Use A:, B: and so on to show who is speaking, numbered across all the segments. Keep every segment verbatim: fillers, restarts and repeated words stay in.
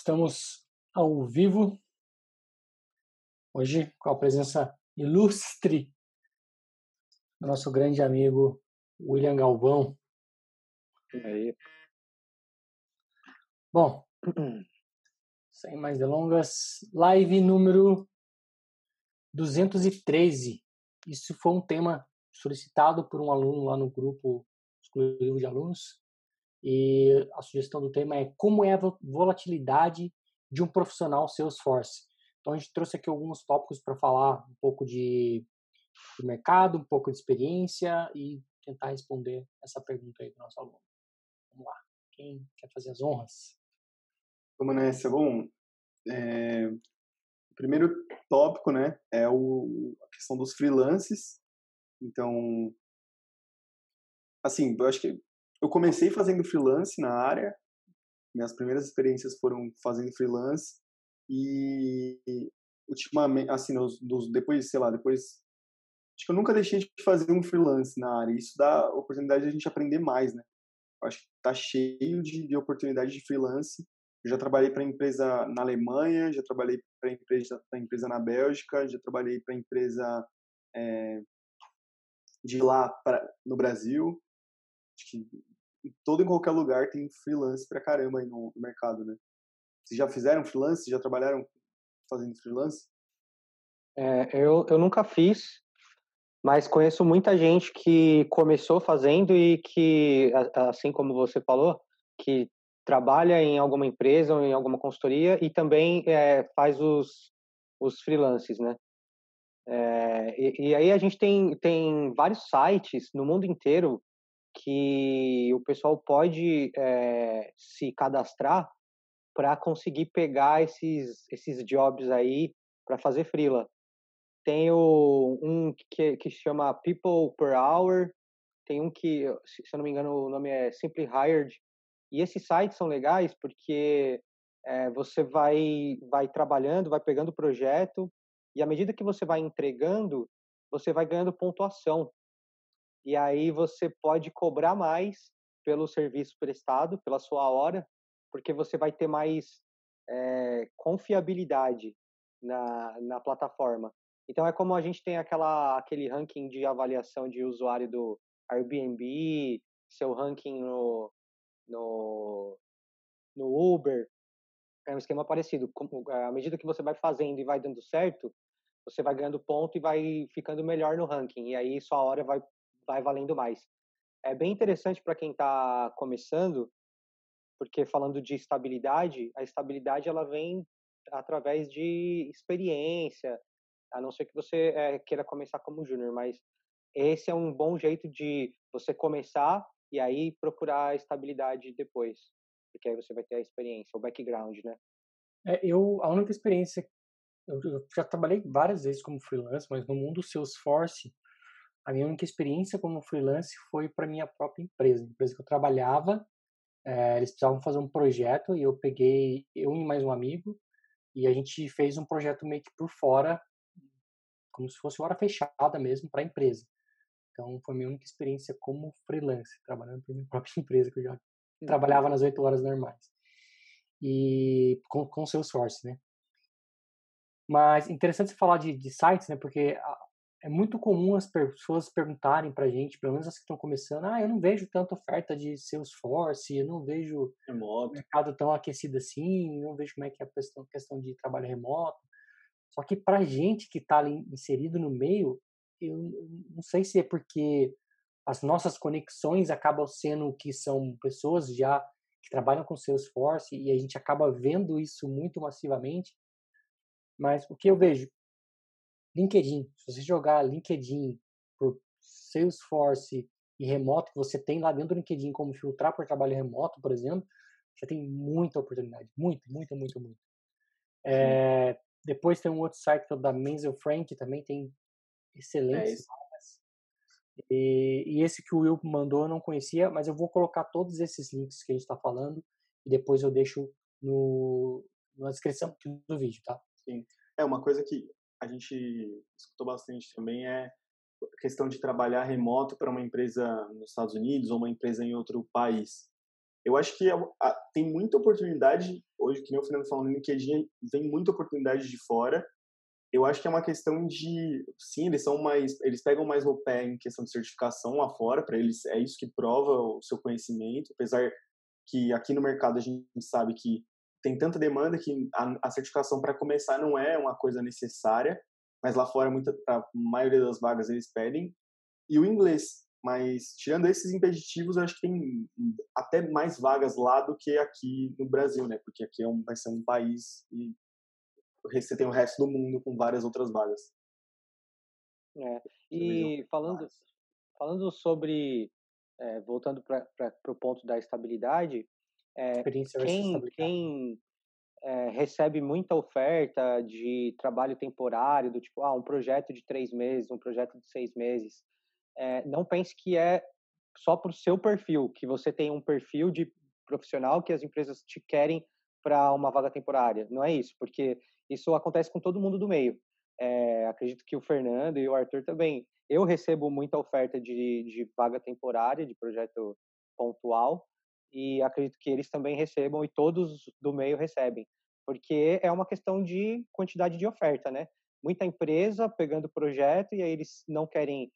A: estamos ao vivo, hoje com a presença ilustre do nosso grande amigo William Galvão.
B: E aí?
A: Bom, sem mais delongas, live número duzentos e treze. Isso foi um tema solicitado por um aluno lá no grupo exclusivo de alunos. E a sugestão do tema é como é a volatilidade de um profissional Salesforce. Então a gente trouxe aqui alguns tópicos para falar um pouco de, de mercado, um pouco de experiência e tentar responder essa pergunta aí do nosso aluno. Vamos lá. Quem quer fazer as honras?
C: Vamos nessa. Bom, é, o primeiro tópico, né, é o, a questão dos freelances. Então, assim, eu acho que eu comecei fazendo freelance na área. Minhas primeiras experiências foram fazendo freelance e ultimamente, assim, nos, nos, depois, sei lá, depois, acho que eu nunca deixei de fazer um freelance na área. Isso dá a oportunidade de a gente aprender mais, né? Eu acho que tá cheio de, de oportunidade de freelance. Eu já trabalhei para empresa na Alemanha, já trabalhei para empresa, pra empresa na Bélgica, já trabalhei para empresa é, de lá pra, no Brasil. Acho que em todo e qualquer lugar tem freelance pra caramba aí no, no mercado, né? Vocês já fizeram freelance? Já trabalharam fazendo freelance?
B: É, eu, eu nunca fiz, mas conheço muita gente que começou fazendo e que, assim como você falou, que trabalha em alguma empresa ou em alguma consultoria e também é, faz os, os freelances, né? É, e, e aí a gente tem, tem vários sites no mundo inteiro que o pessoal pode é, se cadastrar para conseguir pegar esses, esses jobs aí para fazer freela. Tem o, um que, que se chama People Per Hour, tem um que, se eu não me engano, o nome é Simply Hired. E esses sites são legais porque é, você vai, vai trabalhando, vai pegando o projeto, e à medida que você vai entregando, você vai ganhando pontuação. E aí você pode cobrar mais pelo serviço prestado, pela sua hora, porque você vai ter mais é, confiabilidade na, na plataforma. Então é como a gente tem aquela, aquele ranking de avaliação de usuário do Airbnb, seu ranking no, no, no Uber, é um esquema parecido. À medida que você vai fazendo e vai dando certo, você vai ganhando ponto e vai ficando melhor no ranking. E aí sua hora vai, vai valendo mais. É bem interessante para quem está começando, porque falando de estabilidade, a estabilidade ela vem através de experiência, a não ser que você é, queira começar como júnior, mas esse é um bom jeito de você começar e aí procurar a estabilidade depois, porque aí você vai ter a experiência, o background, né?
A: É, eu, a única experiência, eu, eu já trabalhei várias vezes como freelance, mas no mundo Salesforce, a minha única experiência como freelance foi para minha própria empresa, a empresa que eu trabalhava. É, eles precisavam fazer um projeto e eu peguei, eu e mais um amigo, e a gente fez um projeto meio que por fora, como se fosse hora fechada mesmo para a empresa. Então foi a minha única experiência como freelance, trabalhando para minha própria empresa, que eu já uhum. trabalhava nas oito horas normais. E com, com Salesforce, né? Mas interessante você falar de, de sites, né? Porque é muito comum as pessoas perguntarem pra gente, pelo menos as que estão começando, ah, eu não vejo tanta oferta de Salesforce, eu não vejo
C: remoto.
A: O mercado tão aquecido assim, não vejo como é que é a questão, questão de trabalho remoto. Só que pra gente que está ali inserido no meio, eu não sei se é porque as nossas conexões acabam sendo que são pessoas já que trabalham com Salesforce e a gente acaba vendo isso muito massivamente. Mas o que eu vejo, LinkedIn, se você jogar LinkedIn por Salesforce e remoto, que você tem lá dentro do LinkedIn como filtrar por trabalho remoto, por exemplo, você tem muita oportunidade, muito, muito, muito, muito. É, depois tem um outro site que é o da Menzel Frank, que também tem excelentes vagas. É e, e esse que o Will mandou eu não conhecia, mas eu vou colocar todos esses links que a gente está falando e depois eu deixo no, na descrição do vídeo, tá?
C: Sim. É uma coisa que a gente escutou bastante também é a questão de trabalhar remoto para uma empresa nos Estados Unidos ou uma empresa em outro país. Eu acho que tem muita oportunidade hoje, que nem o Fernando falou, no LinkedIn vem muita oportunidade de fora. Eu acho que é uma questão de, sim, eles são mais, eles pegam mais no pé em questão de certificação lá fora, para eles é isso que prova o seu conhecimento, apesar que aqui no mercado a gente sabe que tem tanta demanda que a, a certificação para começar não é uma coisa necessária, mas lá fora muita, a maioria das vagas eles pedem, e o inglês. Mas tirando esses impeditivos, eu acho que tem até mais vagas lá do que aqui no Brasil, né? Porque aqui é um, vai ser um país e você tem o resto do mundo com várias outras vagas.
B: É. E falando, falando sobre, é, voltando para o ponto da estabilidade, é,
A: Experiência versus
B: quem,
A: estabilidade.
B: quem é, recebe muita oferta de trabalho temporário, do tipo, ah, um projeto de três meses, um projeto de seis meses, é, não pense que é só para o seu perfil, que você tem um perfil de profissional que as empresas te querem para uma vaga temporária. Não é isso, porque isso acontece com todo mundo do meio. É, acredito que o Fernando e o Arthur também. Eu recebo muita oferta de, de vaga temporária, de projeto pontual, e acredito que eles também recebam, e todos do meio recebem, porque é uma questão de quantidade de oferta, né? Muita empresa pegando projeto e aí eles não querem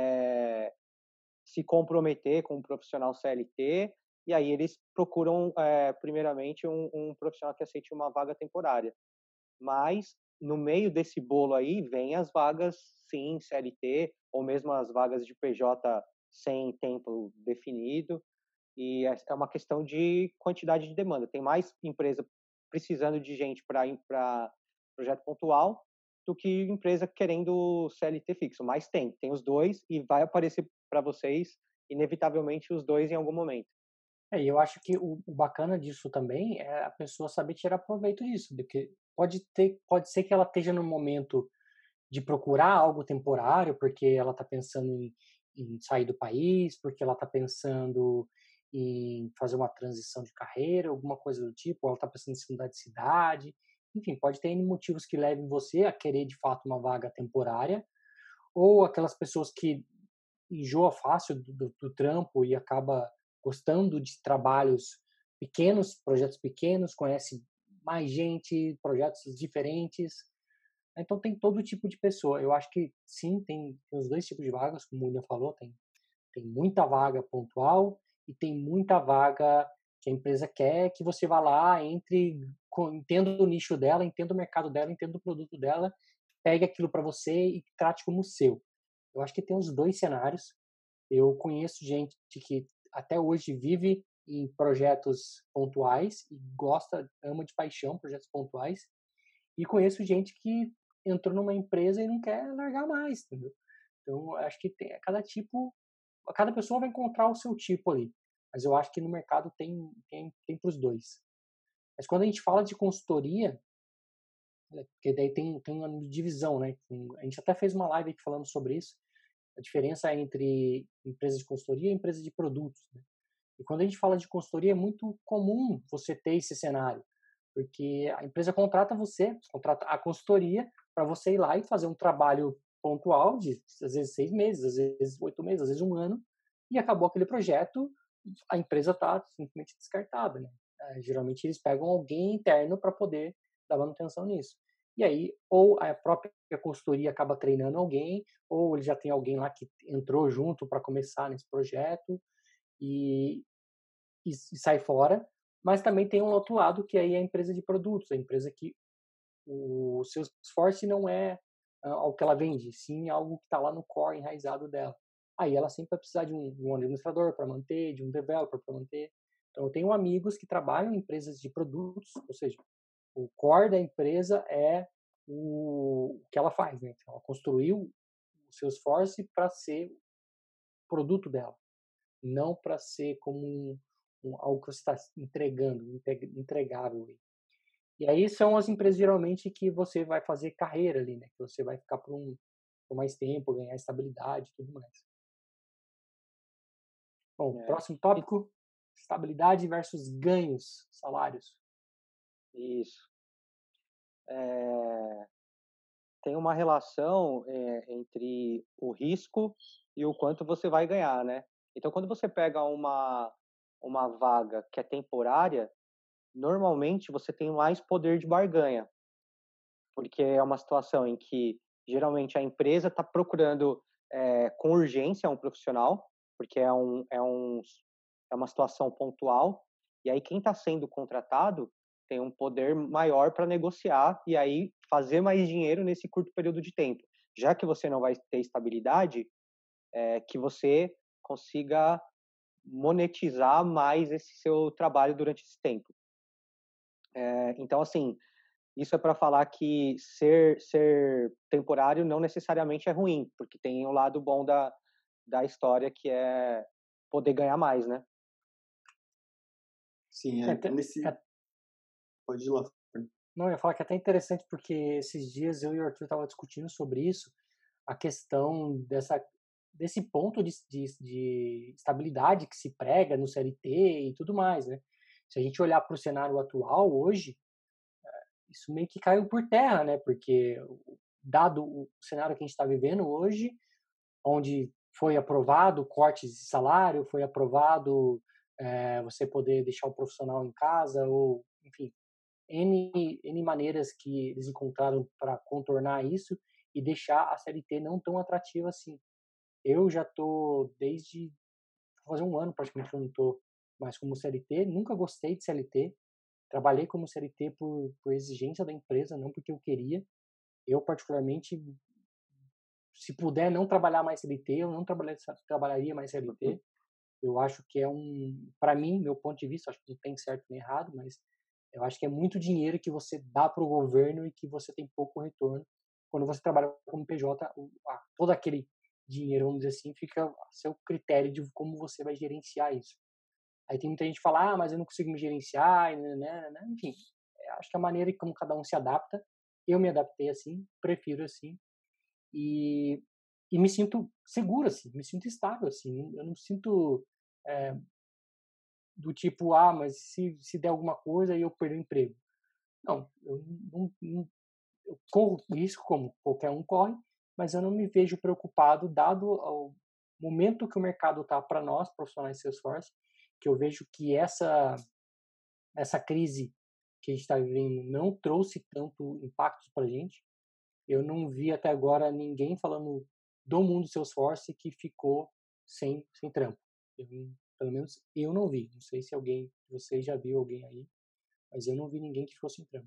B: é, se comprometer com um profissional C L T, e aí eles procuram, é, primeiramente, um, um profissional que aceite uma vaga temporária. Mas, no meio desse bolo aí, vem as vagas, sim, C L T, ou mesmo as vagas de P J sem tempo definido, e é uma questão de quantidade de demanda. Tem mais empresa precisando de gente para projeto pontual do que empresa querendo C L T fixo. Mas tem, tem os dois e vai aparecer para vocês, inevitavelmente, os dois em algum momento.
A: É, e eu acho que o, o bacana disso também é a pessoa saber tirar proveito disso, porque pode ter, pode ser que ela esteja no momento de procurar algo temporário, porque ela está pensando em, em sair do país, porque ela está pensando em fazer uma transição de carreira, alguma coisa do tipo, ou ela está pensando em se mudar de cidade. Enfim, pode ter N motivos que levem você a querer de fato uma vaga temporária, ou aquelas pessoas que enjoa fácil do, do, do trampo e acaba gostando de trabalhos pequenos, projetos pequenos, conhece mais gente, projetos diferentes. Então tem todo tipo de pessoa. Eu acho que sim, tem, tem os dois tipos de vagas, como o William falou, tem, tem muita vaga pontual e tem muita vaga que a empresa quer que você vá lá, entre, entenda o nicho dela, entenda o mercado dela, entenda o produto dela, pegue aquilo para você e trate como seu. Eu acho que tem os dois cenários. Eu conheço gente que até hoje vive em projetos pontuais e gosta, ama de paixão projetos pontuais. E conheço gente que entrou numa empresa e não quer largar mais, entendeu? Então, acho que tem, cada tipo, cada pessoa vai encontrar o seu tipo ali. Mas eu acho que no mercado tem, tem, tem para os dois. Mas quando a gente fala de consultoria, porque daí tem, tem uma divisão, né? A gente até fez uma live aqui falando sobre isso, a diferença entre empresa de consultoria e empresa de produtos, né? E quando a gente fala de consultoria, é muito comum você ter esse cenário, porque a empresa contrata você, contrata a consultoria para você ir lá e fazer um trabalho pontual de, às vezes, seis meses, às vezes, oito meses, às vezes, um ano, e acabou aquele projeto, a empresa está simplesmente descartada, né? É, geralmente, eles pegam alguém interno para poder dar manutenção nisso. E aí, ou a própria consultoria acaba treinando alguém, ou ele já tem alguém lá que entrou junto para começar nesse projeto e, e, e sai fora. Mas também tem um outro lado, que aí é a empresa de produtos, a empresa que o seu esforço não é uh, o que ela vende, sim algo que está lá no core, enraizado dela. Aí ela sempre vai precisar de um, de um administrador para manter, de um developer para manter. Então, eu tenho amigos que trabalham em empresas de produtos, ou seja, o core da empresa é o, o que ela faz, né? Ela construiu o seu esforço para ser o produto dela, não para ser como um, um, algo que você está entregando, entregável. E aí são as empresas geralmente que você vai fazer carreira ali, né? Que você vai ficar por, um, por mais tempo, ganhar estabilidade e tudo mais. Bom,
B: É.
A: próximo tópico, estabilidade versus ganhos, salários.
B: Isso. É, tem uma relação é, entre o risco e o quanto você vai ganhar, né? Então, quando você pega uma, uma vaga que é temporária, normalmente você tem mais poder de barganha, porque é uma situação em que geralmente a empresa está procurando é, com urgência um profissional, porque é, um, é, um, é uma situação pontual, e aí quem está sendo contratado tem um poder maior para negociar e aí fazer mais dinheiro nesse curto período de tempo. Já que você não vai ter estabilidade, é, que você consiga monetizar mais esse seu trabalho durante esse tempo. É, então, assim, isso é para falar que ser, ser temporário não necessariamente é ruim, porque tem o lado bom da, da história, que é poder ganhar mais, né?
C: Sim,
A: É,
C: é,
A: até-
C: nesse...
A: é-
C: Pode ir lá.
A: não, eu ia falar que é até interessante porque esses dias eu e o Arthur estavam discutindo sobre isso, a questão dessa, desse ponto de, de, de estabilidade que se prega no C L T e tudo mais, né? Se a gente olhar para o cenário atual hoje, isso meio que caiu por terra, né? Porque dado o cenário que a gente está vivendo hoje, onde foi aprovado cortes de salário, foi aprovado é, você poder deixar o profissional em casa, ou, enfim, N, N maneiras que eles encontraram para contornar isso e deixar a C L T não tão atrativa assim. Eu já tô desde fazer um ano praticamente que eu não tô mais como C L T, nunca gostei de C L T, trabalhei como C L T por, por exigência da empresa, não porque eu queria. Eu, particularmente, se puder não trabalhar mais C L T, eu não trabalhar, trabalharia mais C L T. Eu acho que é um, para mim, meu ponto de vista, acho que não tem certo nem errado, mas eu acho que é muito dinheiro que você dá para o governo e que você tem pouco retorno. Quando você trabalha como P J, todo aquele dinheiro, vamos dizer assim, fica a seu critério de como você vai gerenciar isso. Aí tem muita gente que fala, ah, mas eu não consigo me gerenciar, né, né, né. Enfim, acho que a maneira como cada um se adapta, eu me adaptei assim, prefiro assim, e, e me sinto seguro assim, me sinto estável assim, eu não sinto é, do tipo, ah, mas se, se der alguma coisa eu perder o emprego. Não, eu não, não eu corro risco como qualquer um corre, mas eu não me vejo preocupado dado ao momento que o mercado está para nós profissionais de Salesforce, que eu vejo que essa essa crise que a gente está vivendo não trouxe tanto impactos para a gente. Eu não vi até agora ninguém falando do mundo Salesforce que ficou sem, sem trampo. Eu, pelo menos eu não vi. Não sei se alguém, você já viu alguém aí, mas eu não vi ninguém que ficou sem trampo.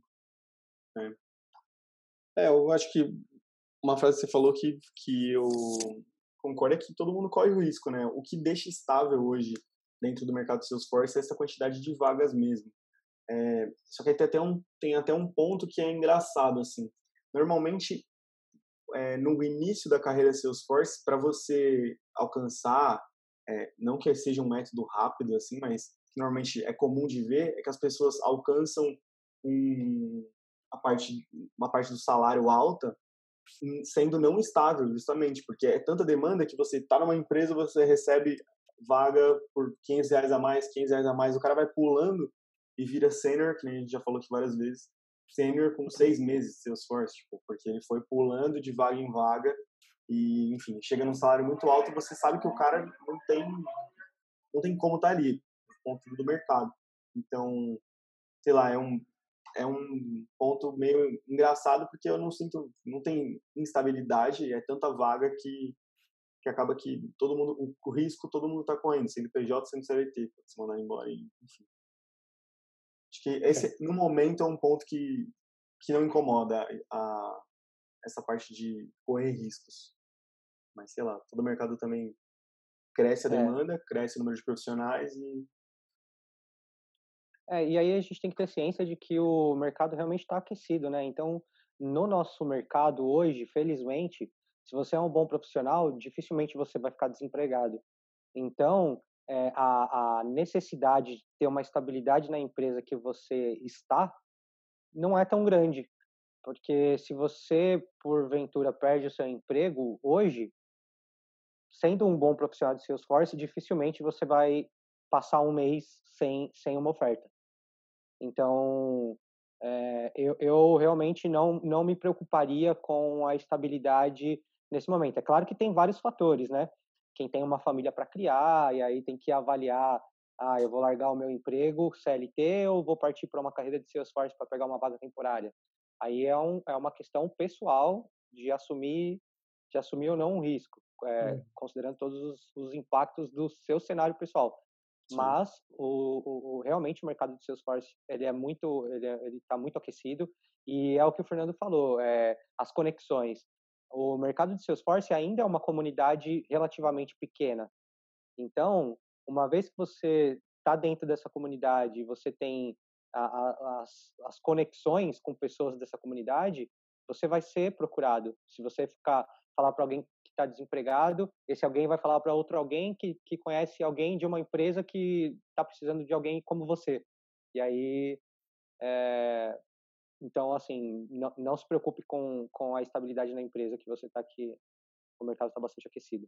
C: É, é eu acho que uma frase que você falou que, que eu concordo é que todo mundo corre o risco, né? O que deixa estável hoje dentro do mercado do Salesforce é essa quantidade de vagas mesmo. É, só que aí tem até, um, tem até um ponto que é engraçado, assim. Normalmente, é, no início da carreira Salesforce, para você alcançar, é, não que seja um método rápido, assim, mas normalmente é comum de ver, é que as pessoas alcançam um, a parte, uma parte do salário alta sendo não estável, justamente, porque é tanta demanda que você está numa empresa, você recebe vaga por quinhentos reais a mais, quinhentos reais a mais, o cara vai pulando e vira sênior, que a gente já falou aqui várias vezes, sênior com seis meses de Salesforce, tipo, porque ele foi pulando de vaga em vaga e, enfim, chega num salário muito alto e você sabe que o cara não tem, não tem como estar tá ali, no ponto do mercado. Então, sei lá, é um, é um ponto meio engraçado porque eu não sinto, não tem instabilidade, é tanta vaga que, que acaba que todo mundo, o, o risco todo mundo está correndo, sendo P J, sendo C L T, pode se mandar embora, enfim. Acho que esse, no momento, é um ponto que, que não incomoda a, essa parte de correr riscos. Mas, sei lá, todo mercado também cresce a demanda, é. cresce o número de profissionais e...
B: É, e aí a gente tem que ter ciência de que o mercado realmente está aquecido, né? Então, no nosso mercado hoje, felizmente, se você é um bom profissional, dificilmente você vai ficar desempregado. Então, é, a, a necessidade de ter uma estabilidade na empresa que você está não é tão grande. Porque se você, porventura, perde o seu emprego hoje, sendo um bom profissional de Salesforce, dificilmente você vai passar um mês sem, sem uma oferta. Então, é, eu, eu realmente não, não me preocuparia com a estabilidade nesse momento. É claro que tem vários fatores, né? Quem tem uma família para criar, e aí tem que avaliar Ah, eu vou largar o meu emprego C L T ou vou partir para uma carreira de Salesforce para pegar uma vaga temporária? Aí é, um, é uma questão pessoal de assumir, de assumir ou não um risco, é,
A: Hum,
B: considerando todos os, os impactos do seu cenário pessoal.
A: sim.
B: Mas o, o, o- realmente o mercado de Salesforce ele é muito, ele é, ele está muito aquecido e é o que o Fernando falou, é, as conexões. O mercado de Salesforce ainda é uma comunidade relativamente pequena. Então, uma vez que você está dentro dessa comunidade, você tem a, a, as, as conexões com pessoas dessa comunidade, você vai ser procurado. Se você ficar falar para alguém que está desempregado, esse alguém vai falar para outro alguém que, que conhece alguém de uma empresa que está precisando de alguém como você. E aí, é, então, assim, não, não se preocupe com, com a estabilidade na empresa que você está aqui. O mercado está bastante aquecido.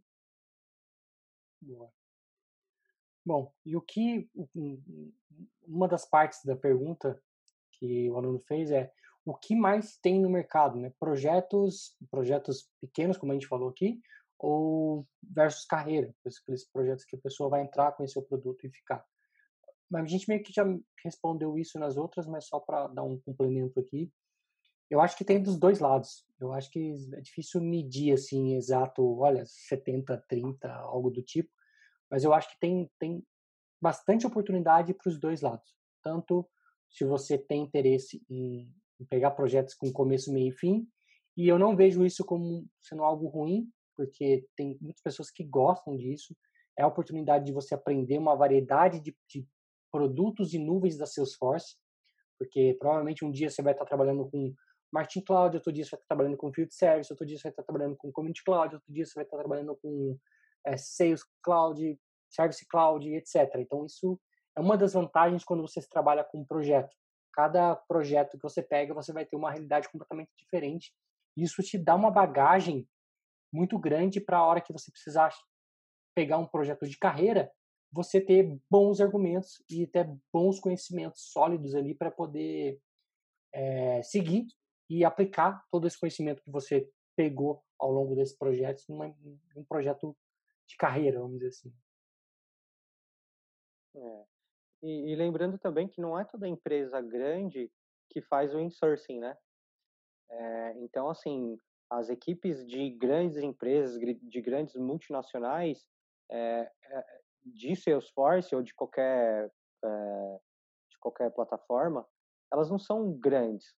A: Boa. Bom, e o que uma das partes da pergunta que o aluno fez é o que mais tem no mercado, né? Projetos, projetos pequenos, como a gente falou aqui, ou versus carreira, aqueles projetos que a pessoa vai entrar, conhecer o produto e ficar. Mas a gente meio que já respondeu isso nas outras, mas só para dar um complemento aqui. Eu acho que tem dos dois lados. Eu acho que é difícil medir assim exato, olha, setenta, trinta, algo do tipo, mas eu acho que tem tem bastante oportunidade para os dois lados. Tanto se você tem interesse em, em pegar projetos com começo, meio e fim, e eu não vejo isso como sendo algo ruim, porque tem muitas pessoas que gostam disso. É a oportunidade de você aprender uma variedade de, de produtos e nuvens da Salesforce, porque provavelmente um dia você vai estar trabalhando com Marketing Cloud, outro dia você vai estar trabalhando com Field Service, outro dia você vai estar trabalhando com Community Cloud, outro dia você vai estar trabalhando com é, Sales Cloud, Service Cloud, etcétera. Então, isso é uma das vantagens quando você trabalha com um projeto. Cada projeto que você pega, você vai ter uma realidade completamente diferente. Isso te dá uma bagagem muito grande para a hora que você precisar pegar um projeto de carreira, você ter bons argumentos e ter bons conhecimentos sólidos ali para poder é, seguir e aplicar todo esse conhecimento que você pegou ao longo desses projetos numa, num projeto de carreira, vamos dizer assim.
B: É. E, e lembrando também que não é toda empresa grande que faz o insourcing, né? É, então, assim, as equipes de grandes empresas, de grandes multinacionais, é, é, de Salesforce ou de qualquer, é, de qualquer plataforma, elas não são grandes,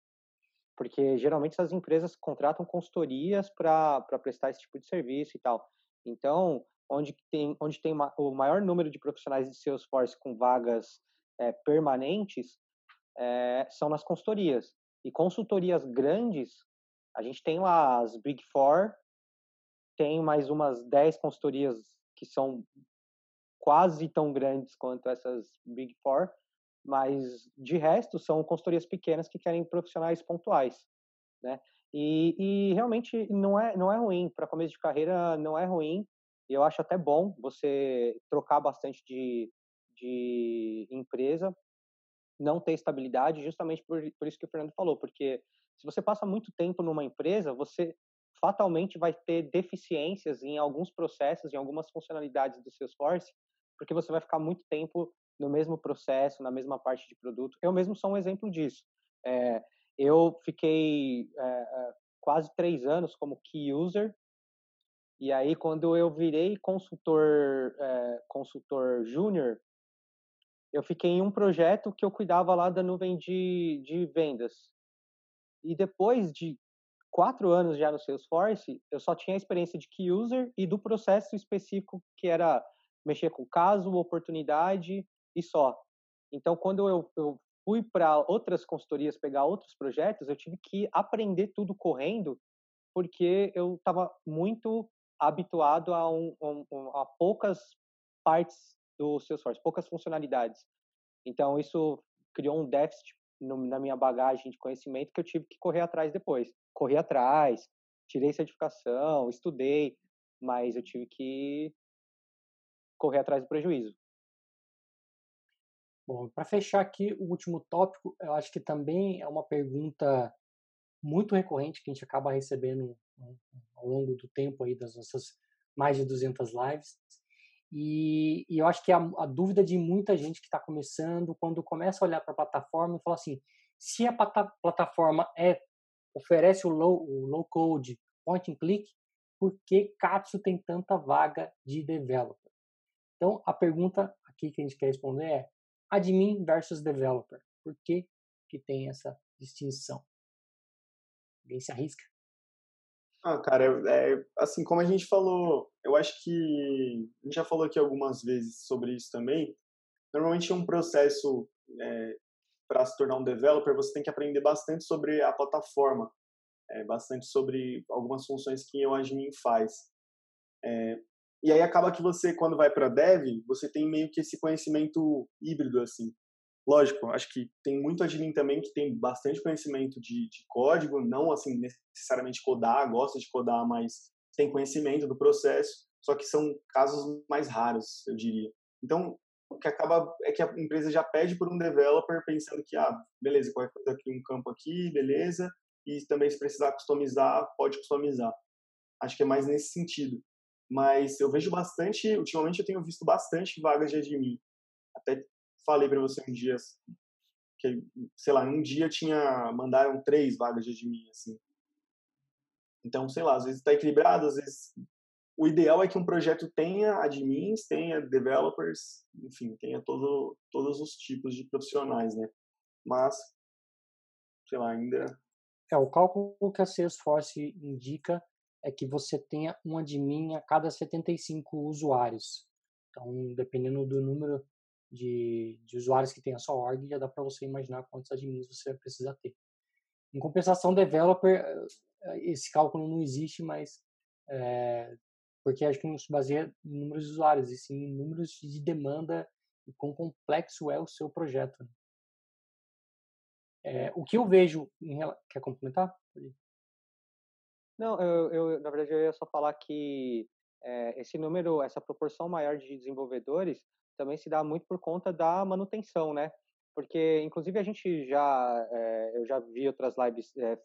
B: porque geralmente essas empresas contratam consultorias para prestar esse tipo de serviço e tal. Então, onde tem, onde tem o maior número de profissionais de Salesforce com vagas é, permanentes, é, são nas consultorias. E consultorias grandes, a gente tem lá as Big Four, tem mais umas dez consultorias que são quase tão grandes quanto essas Big Four, mas de resto são consultorias pequenas que querem profissionais pontuais, né? E, e realmente não é não é ruim para começo de carreira, não é ruim. Eu acho até bom você trocar bastante de, de empresa, não ter estabilidade, justamente por, por isso que o Fernando falou, porque se você passa muito tempo numa empresa, você fatalmente vai ter deficiências em alguns processos, em algumas funcionalidades do Salesforce, porque você vai ficar muito tempo no mesmo processo, na mesma parte de produto. Eu mesmo sou um exemplo disso. É, eu fiquei é, quase três anos como key user, e aí quando eu virei consultor é, consultor júnior, eu fiquei em um projeto que eu cuidava lá da nuvem de, de vendas. E depois de quatro anos já no Salesforce, eu só tinha a experiência de key user e do processo específico que era mexer com caso, oportunidade e só. Então, quando eu, eu fui para outras consultorias pegar outros projetos, eu tive que aprender tudo correndo, porque eu estava muito habituado a, um, um, a poucas partes do Salesforce, poucas funcionalidades. Então, isso criou um déficit no, na minha bagagem de conhecimento que eu tive que correr atrás depois. Corri atrás, tirei certificação, estudei, mas eu tive que correr atrás do prejuízo.
A: Bom, para fechar aqui o último tópico, eu acho que também é uma pergunta muito recorrente que a gente acaba recebendo ao longo do tempo aí das nossas mais de duzentas lives. E, e eu acho que a, a dúvida de muita gente que está começando, quando começa a olhar para a plataforma e fala assim, se a plata, plataforma é, oferece o low, o low code, point and click, por que Katsu tem tanta vaga de developer? Então, a pergunta aqui que a gente quer responder é admin versus developer. Por que que tem essa distinção? Alguém se arrisca?
C: Ah, cara, é, é, assim, como a gente falou, eu acho que a gente já falou aqui algumas vezes sobre isso também. Normalmente é um processo é, para se tornar um developer, você tem que aprender bastante sobre a plataforma, é, bastante sobre algumas funções que o admin faz. É, e aí acaba que você, quando vai para dev, você tem meio que esse conhecimento híbrido, assim. Lógico, acho que tem muito admin também que tem bastante conhecimento de, de código, não assim necessariamente codar, gosta de codar, mas tem conhecimento do processo, só que são casos mais raros, eu diria. Então, o que acaba é que a empresa já pede por um developer pensando que, ah, beleza, qualquer coisa aqui, um campo aqui, beleza, e também se precisar customizar, pode customizar. Acho que é mais nesse sentido. Mas eu vejo bastante, ultimamente eu tenho visto bastante vagas de admin. Até falei para você um dia que, sei lá, um dia tinha mandaram três vagas de admin, assim. Então, sei lá, às vezes está equilibrado, às vezes o ideal é que um projeto tenha admins, tenha developers, enfim, tenha todo, todos os tipos de profissionais, né? Mas, sei lá, ainda...
A: É, o cálculo que a Salesforce indica é que você tenha um admin a cada setenta e cinco usuários. Então, dependendo do número de, de usuários que tem a sua org, já dá para você imaginar quantos admins você vai precisar ter. Em compensação, developer, esse cálculo não existe, mas é, porque acho que não se baseia em números de usuários, e sim em números de demanda e quão complexo é o seu projeto. Né? É, o que eu vejo... Em, quer complementar?
B: Não, eu, eu, na verdade, eu ia só falar que é, esse número, essa proporção maior de desenvolvedores também se dá muito por conta da manutenção, né? Porque, inclusive, a gente já, é, eu já vi outras lives é,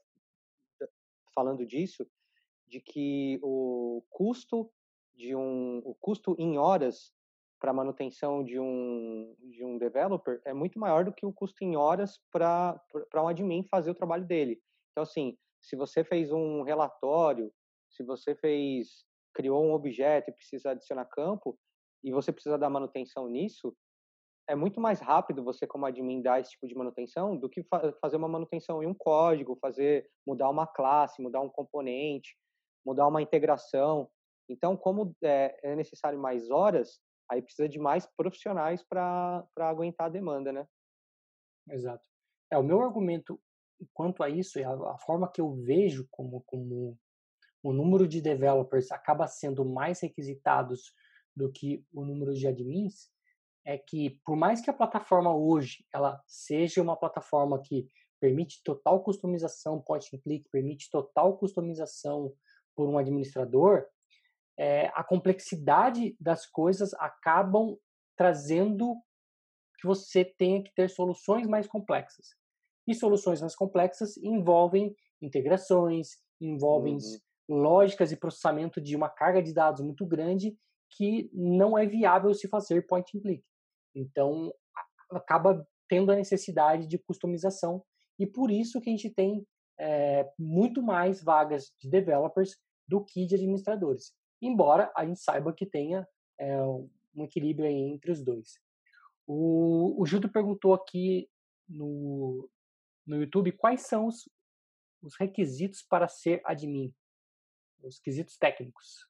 B: falando disso, de que o custo de um, o custo em horas para manutenção de um de um developer é muito maior do que o custo em horas para para um admin fazer o trabalho dele. Então, assim, se você fez um relatório, se você fez criou um objeto e precisa adicionar campo e você precisa dar manutenção nisso, é muito mais rápido você como admin dar esse tipo de manutenção do que fa fazer uma manutenção em um código, fazer mudar uma classe, mudar um componente, mudar uma integração. Então, como é, é necessário mais horas, aí precisa de mais profissionais para para aguentar a demanda, né?
A: Exato. É, o meu argumento quanto a isso é a, a forma que eu vejo como, como o número de developers acaba sendo mais requisitados do que o número de admins, é que por mais que a plataforma hoje ela seja uma plataforma que permite total customização point and click, permite total customização por um administrador, é, a complexidade das coisas acabam trazendo que você tenha que ter soluções mais complexas. E soluções mais complexas envolvem integrações, envolvem
B: Uhum.
A: lógicas e processamento de uma carga de dados muito grande que não é viável se fazer point and click. Então, acaba tendo a necessidade de customização e por isso que a gente tem é, muito mais vagas de developers do que de administradores. Embora a gente saiba que tenha é, um equilíbrio aí entre os dois. O, o Gildo perguntou aqui no, no YouTube quais são os, os requisitos para ser admin, os requisitos técnicos.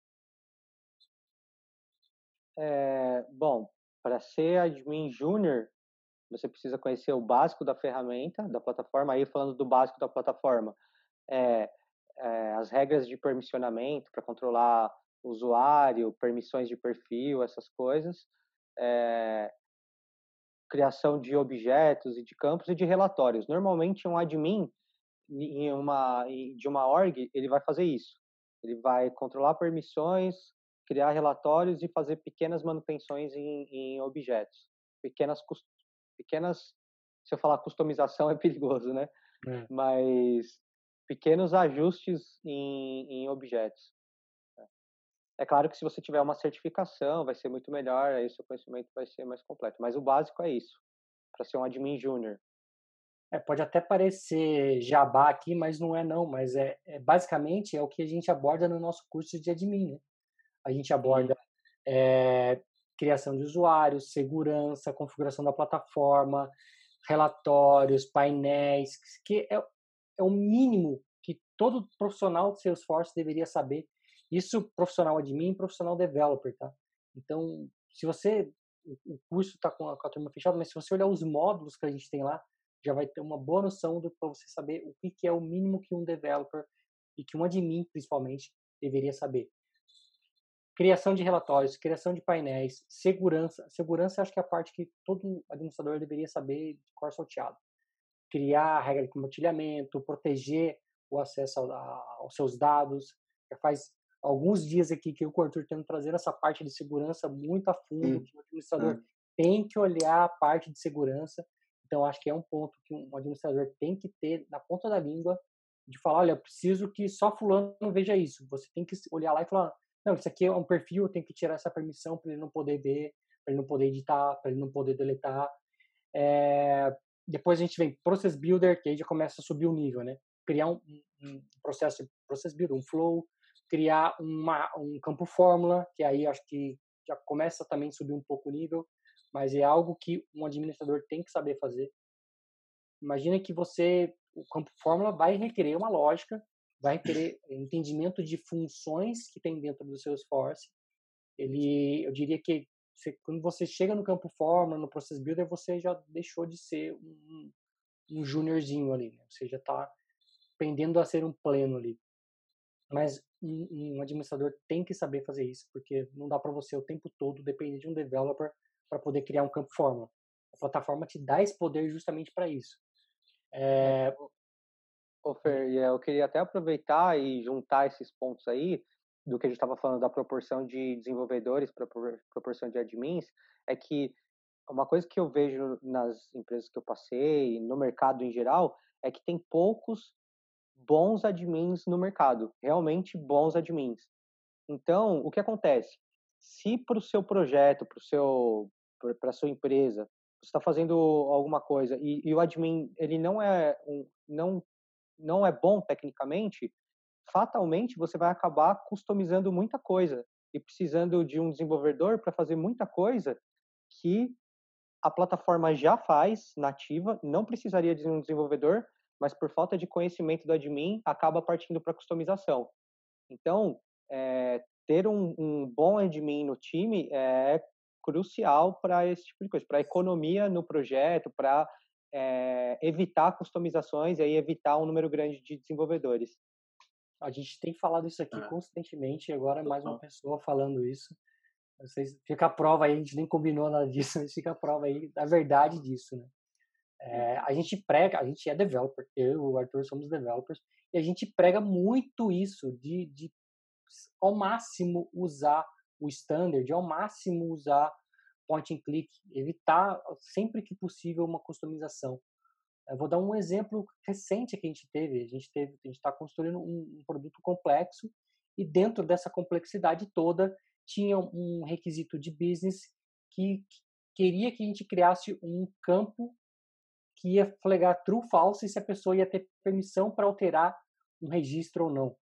B: É, bom, para ser admin júnior, você precisa conhecer o básico da ferramenta, da plataforma. Aí, falando do básico da plataforma, é, é as regras de permissionamento para controlar o usuário, permissões de perfil, essas coisas. É, criação de objetos e de campos e de relatórios. Normalmente, um admin em uma, de uma org, ele vai fazer isso. Ele vai controlar permissões, criar relatórios e fazer pequenas manutenções em, em objetos. Pequenas, pequenas, se eu falar customização é perigoso, né?
A: É.
B: Mas pequenos ajustes em, em objetos. É claro que se você tiver uma certificação, vai ser muito melhor, aí o seu conhecimento vai ser mais completo. Mas o básico é isso, para ser um admin júnior.
A: É, pode até parecer jabá aqui, mas não é não, mas é, é basicamente é o que a gente aborda no nosso curso de admin, né? A gente aborda é, criação de usuários, segurança, configuração da plataforma, relatórios, painéis, que é, é o mínimo que todo profissional de Salesforce deveria saber. Isso profissional admin, profissional developer, tá? Então, se você o curso está com, com a turma fechada, mas se você olhar os módulos que a gente tem lá, já vai ter uma boa noção para você saber o que, que é o mínimo que um developer e que um admin, principalmente, deveria saber. Criação de relatórios, criação de painéis, segurança. Segurança acho que é a parte que todo administrador deveria saber de cor salteado. Criar a regra de compartilhamento, proteger o acesso a, a, aos seus dados. Já faz alguns dias aqui que eu e o Arthur tendo trazer essa parte de segurança muito a fundo,
C: Sim.
A: que o administrador
C: É.
A: tem que olhar a parte de segurança. Então, acho que é um ponto que um administrador tem que ter na ponta da língua, de falar, olha, eu preciso que só fulano veja isso. Você tem que olhar lá e falar, não, isso aqui é um perfil, eu tenho que tirar essa permissão para ele não poder ver, para ele não poder editar, para ele não poder deletar. É... Depois a gente vem Process Builder, que aí já começa a subir o nível, né? Criar um, um processo de Process Builder, um flow, criar uma, um campo fórmula, que aí acho que já começa também a subir um pouco o nível, mas é algo que um administrador tem que saber fazer. Imagina que você, o campo fórmula vai requerer uma lógica, vai requerer entendimento de funções que tem dentro do seu Salesforce. Ele, eu diria que você, quando você chega no campo fórmula, no Process Builder, você já deixou de ser um, um juniorzinho ali, né? Você já está pendendo a ser um pleno ali. Mas um, um administrador tem que saber fazer isso, porque não dá para você o tempo todo depender de um developer para poder criar um campo fórmula. A plataforma te dá esse poder justamente para isso. É...
B: Ô, Fer, eu queria até aproveitar e juntar esses pontos aí, do que a gente estava falando da proporção de desenvolvedores para proporção de admins, é que uma coisa que eu vejo nas empresas que eu passei, no mercado em geral, é que tem poucos bons admins no mercado, realmente bons admins. Então, o que acontece? Se para o seu projeto, para o seu, para a sua empresa, você está fazendo alguma coisa e, e o admin ele não é um, não não é bom tecnicamente, fatalmente você vai acabar customizando muita coisa e precisando de um desenvolvedor para fazer muita coisa que a plataforma já faz nativa, não precisaria de um desenvolvedor, mas por falta de conhecimento do admin acaba partindo para customização. Então, é, ter um, um bom admin no time é crucial para esse tipo de coisa, para economia no projeto, para é, evitar customizações e aí evitar um número grande de desenvolvedores.
A: A gente tem falado isso aqui
C: É.
A: constantemente, e agora mais uma
C: Total.
A: pessoa falando isso. Vocês, fica a prova aí, a gente nem combinou nada disso, mas fica a prova aí da verdade disso, né? É, a gente prega, a gente é developer, eu e o Arthur somos developers, e a gente prega muito isso de, de ao máximo usar o standard, ao máximo usar point and click, evitar sempre que possível uma customização. Eu vou dar um exemplo recente que a gente teve. A gente teve, a gente está construindo um, um produto complexo e dentro dessa complexidade toda tinha um requisito de business que, que queria que a gente criasse um campo que ia flagar true false se a pessoa ia ter permissão para alterar um registro ou não.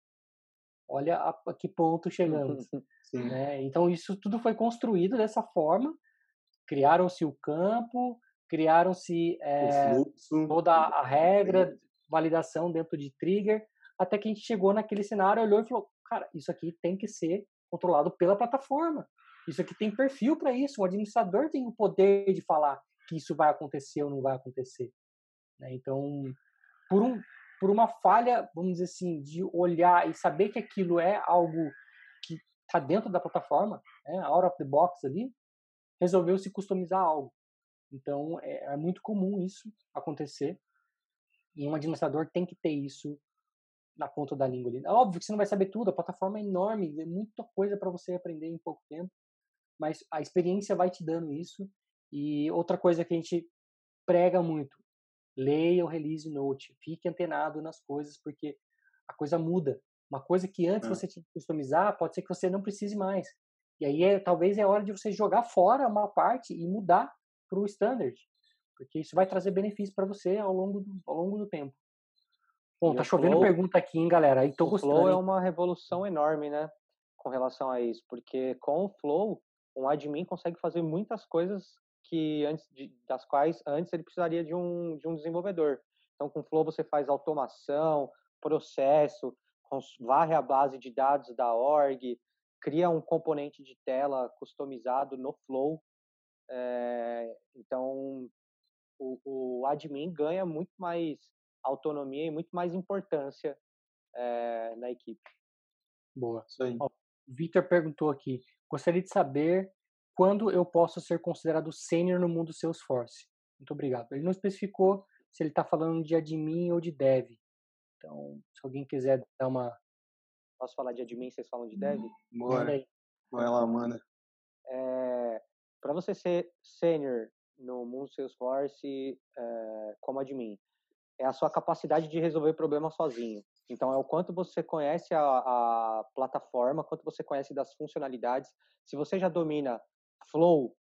A: Olha a, a que ponto chegamos. Né? Então isso tudo foi construído dessa forma. Criaram-se o campo, criaram-se é, toda a regra, validação dentro de trigger, até que a gente chegou naquele cenário, olhou e falou, cara, isso aqui tem que ser controlado pela plataforma. Isso aqui tem perfil para isso. O administrador tem o poder de falar que isso vai acontecer ou não vai acontecer. Né? Então, por, um, por uma falha, vamos dizer assim, de olhar e saber que aquilo é algo que está dentro da plataforma, né, out of the box ali, resolveu se customizar algo. Então, é, é muito comum isso acontecer. E um administrador tem que ter isso na ponta da língua ali. Óbvio que você não vai saber tudo, a plataforma é enorme, é muita coisa para você aprender em pouco tempo, mas a experiência vai te dando isso. E outra coisa que a gente prega muito, leia o release note, fique antenado nas coisas, porque a coisa muda. Uma coisa que antes
C: É.
A: você tinha que customizar, pode ser que você não precise mais. E aí, é, talvez é hora de você jogar fora uma parte e mudar para o standard, porque isso vai trazer benefício para você ao longo do, ao longo do tempo. Bom,
B: E
A: tá
B: o
A: chovendo
B: Flow,
A: pergunta aqui, hein, galera? Aí tô
B: o
A: gostando,
B: Flow é
A: hein?
B: uma revolução enorme, né? Com relação a isso, porque com o Flow, um admin consegue fazer muitas coisas que antes de, das quais antes ele precisaria de um, de um desenvolvedor. Então, com o Flow você faz automação, processo, cons- varre a base de dados da org, cria um componente de tela customizado no Flow. É, então, o, o admin ganha muito mais autonomia e muito mais importância é, na equipe.
A: Boa.
C: Isso aí.
A: Ó, o Victor perguntou aqui, gostaria de saber quando eu posso ser considerado sênior no mundo Salesforce. Muito obrigado. Ele não especificou se ele está falando de admin ou de dev. Então, se alguém quiser dar uma...
B: Posso falar de admin, vocês falam de dev?
A: Manda
C: Bora.
A: aí.
C: Vai lá, manda.
B: É, para você ser sênior no mundo Salesforce é, como admin, é a sua capacidade de resolver problemas sozinho. Então, é o quanto você conhece a, a plataforma, quanto você conhece das funcionalidades. Se você já domina Flow,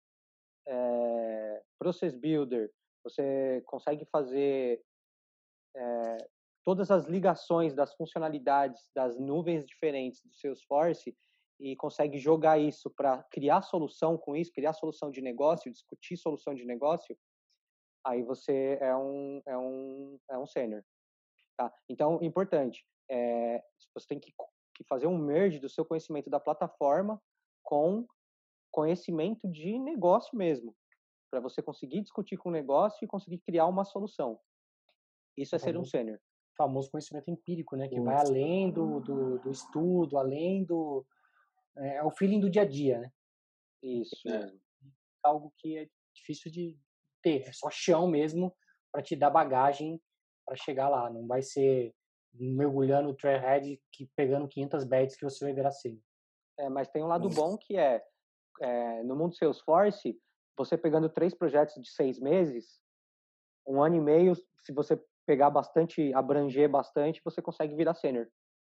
B: é, Process Builder, você consegue fazer é, todas as ligações das funcionalidades das nuvens diferentes do Salesforce e consegue jogar isso para criar solução com isso, criar solução de negócio, discutir solução de negócio, aí você é um é um é um sênior, tá? Então, importante, é, você tem que, que fazer um merge do seu conhecimento da plataforma com conhecimento de negócio mesmo, para você conseguir discutir com o negócio e conseguir criar uma solução. Isso é ser um
A: Famoso,
B: sênior.
A: famoso conhecimento empírico, né? Que
C: Boa.
A: vai além do, do, do estudo, além do... É, é o feeling do dia a dia, né?
B: Isso
C: É.
B: mesmo.
A: Algo que é difícil de ter. É só chão mesmo para te dar bagagem para chegar lá. Não vai ser mergulhando o trailhead que pegando quinhentas bets que você vai virar sênior.
B: É, mas tem um lado bom que é, é, no mundo Salesforce, você pegando três projetos de seis meses, um ano e meio, se você pegar bastante, abranger bastante, você consegue virar sênior.